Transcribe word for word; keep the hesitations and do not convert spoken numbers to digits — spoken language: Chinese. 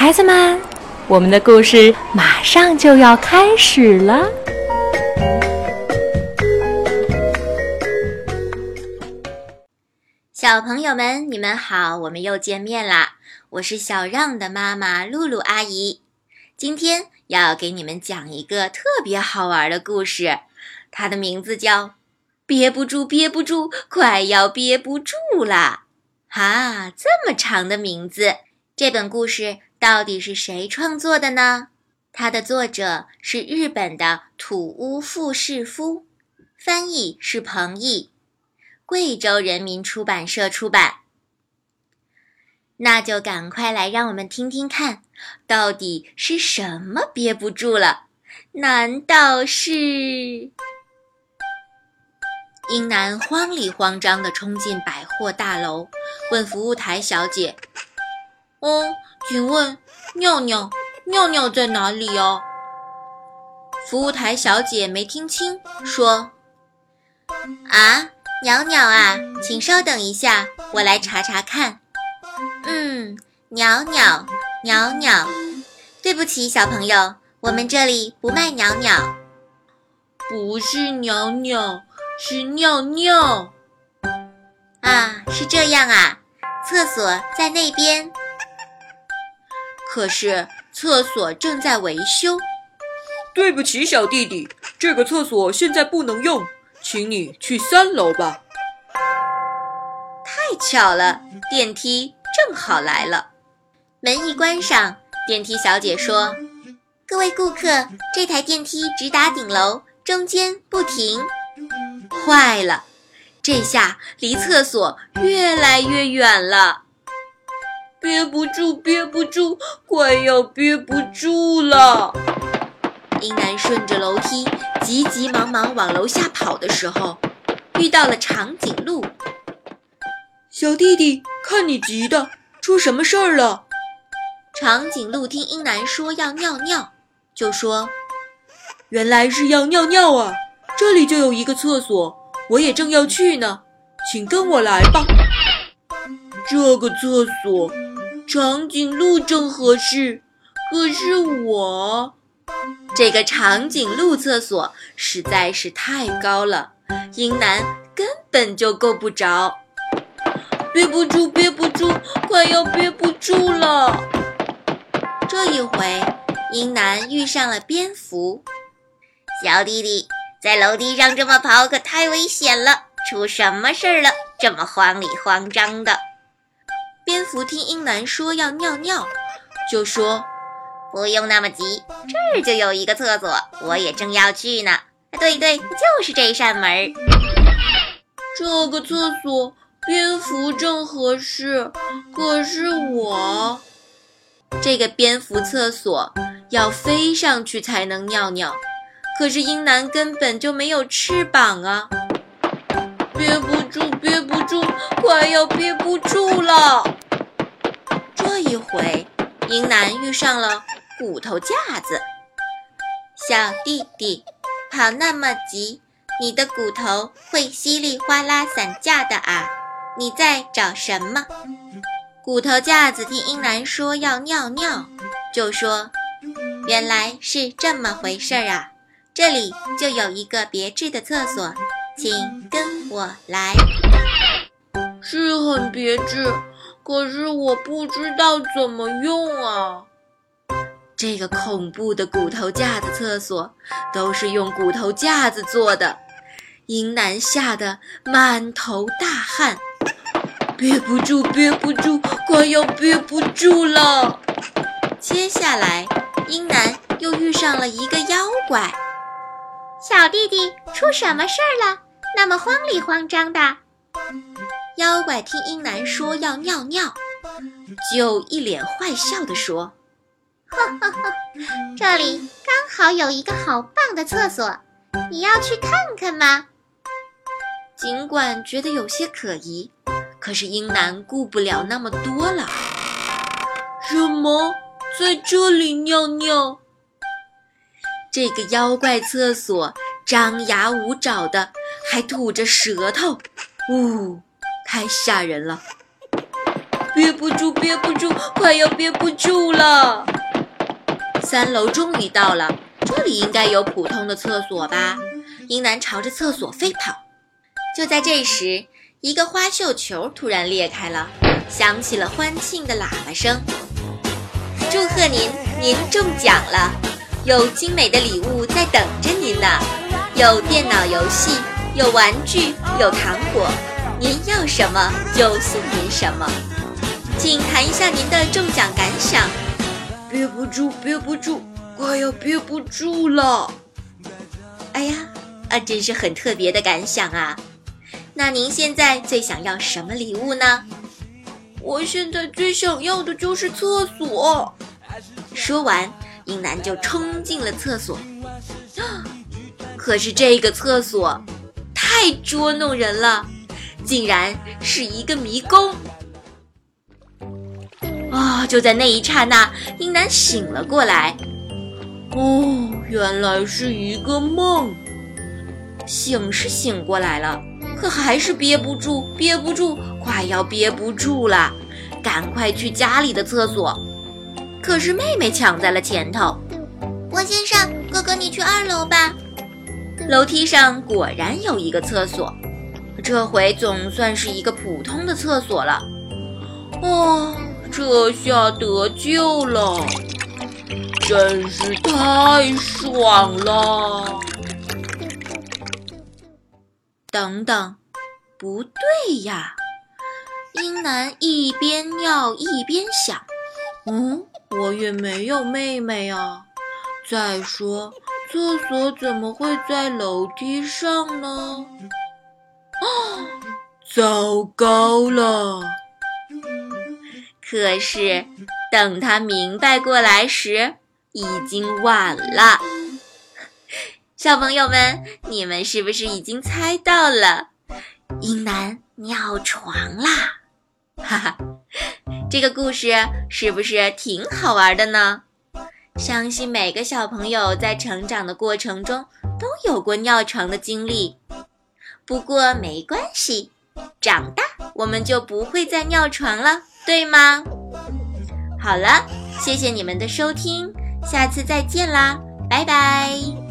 孩子们，我们的故事马上就要开始了。 小朋友们，你们好，我们又见面啦！我是小让的妈妈露露阿姨，今天要给你们讲一个特别好玩的故事，它的名字叫憋不住憋不住，快要憋不住啦！啊，这么长的名字，这本故事到底是谁创作的呢？它的作者是日本的土屋富士夫，翻译是彭毅，贵州人民出版社出版。那就赶快来让我们听听看，到底是什么憋不住了？难道是……英男慌里慌张地冲进百货大楼，问服务台小姐：“哦，请问尿尿尿尿在哪里哦？”服务台小姐没听清，说：“啊，鸟鸟啊，请稍等一下，我来查查看。嗯，鸟鸟鸟鸟，对不起小朋友，我们这里不卖鸟鸟。不是鸟鸟，是尿尿。啊，是这样啊，厕所在那边。可是厕所正在维修。 对不起小弟弟，这个厕所现在不能用，请你去三楼吧。 太巧了，电梯正好来了。门一关上，电梯小姐说：“各位顾客，这台电梯直达顶楼，中间不停。”坏了，这下离厕所越来越远了。憋不住憋不住，快要憋不住了。英男顺着楼梯急急忙忙往楼下跑的时候，遇到了长颈鹿。 小弟弟，看你急的，出什么事儿了？ 长颈鹿听英男说要尿尿，就说：“ 原来是要尿尿啊，这里就有一个厕所，我也正要去呢，请跟我来吧。”这个厕所，长颈鹿正合适，可是我…… 这个长颈鹿厕所实在是太高了，英男根本就够不着。憋不住憋不住，快要憋不住了。这一回英男遇上了蝙蝠。小弟弟，在楼梯上这么跑可太危险了，出什么事儿了？这么慌里慌张的。蝙蝠听英男说要尿尿，就说：“不用那么急，这儿就有一个厕所，我也正要去呢。对对，就是这扇门。这个厕所蝙蝠正合适，可是我……这个蝙蝠厕所要飞上去才能尿尿，可是英男根本就没有翅膀啊！憋不住憋不住，快要憋不住了。”这一回英男遇上了骨头架子。小弟弟，跑那么急，你的骨头会稀里哗啦散架的啊，你在找什么？骨头架子听英男说要尿尿，就说：“原来是这么回事儿啊，这里就有一个别致的厕所，请跟我来。”是很别致，可是我不知道怎么用啊。这个恐怖的骨头架子厕所都是用骨头架子做的，英男吓得满头大汗，憋不住憋不住，快要憋不住了。接下来英男又遇上了一个妖怪。小弟弟，出什么事儿了？那么慌里慌张的。妖怪听英男说要尿尿，就一脸坏笑地说：“呵呵呵，这里刚好有一个好棒的厕所，你要去看看吗？”尽管觉得有些可疑，可是英男顾不了那么多了。什么？在这里尿尿？这个妖怪厕所张牙舞爪的，还吐着舌头，呜、哦，太吓人了。 憋不住，憋不住，快要憋不住了。三楼终于到了，这里应该有普通的厕所吧？英男朝着厕所飞跑。就在这时，一个花绣球突然裂开了，响起了欢庆的喇叭声。祝贺您，您中奖了，有精美的礼物在等着您呢，有电脑游戏，有玩具，有糖果，您要什么就送您什么。请谈一下您的中奖感想。 憋不住，憋不住，快要憋不住了。 哎呀，啊，真是很特别的感想啊。那您现在最想要什么礼物呢？ 我现在最想要的就是厕所。 说完，英男就冲进了厕所。可是这个厕所太捉弄人了，竟然是一个迷宫。啊、哦！就在那一刹那，英男醒了过来。 哦，原来是一个梦。 醒是醒过来了，可还是憋不住，憋不住，快要憋不住了，赶快去家里的厕所。可是妹妹抢在了前头。 我先上，哥哥你去二楼吧。 楼梯上果然有一个厕所，这回总算是一个普通的厕所了。 哦，这下得救了，真是太爽了。 等等，不对呀！英男一边尿一边想， 嗯，我也没有妹妹啊。再说，厕所怎么会在楼梯上呢？啊，糟糕了！ 可是，等他明白过来时，已经晚了。小朋友们，你们是不是已经猜到了？英男尿床啦！哈哈，这个故事是不是挺好玩的呢？相信每个小朋友在成长的过程中都有过尿床的经历。不过没关系，长大我们就不会再尿床了，对吗？好了，谢谢你们的收听，下次再见啦，拜拜。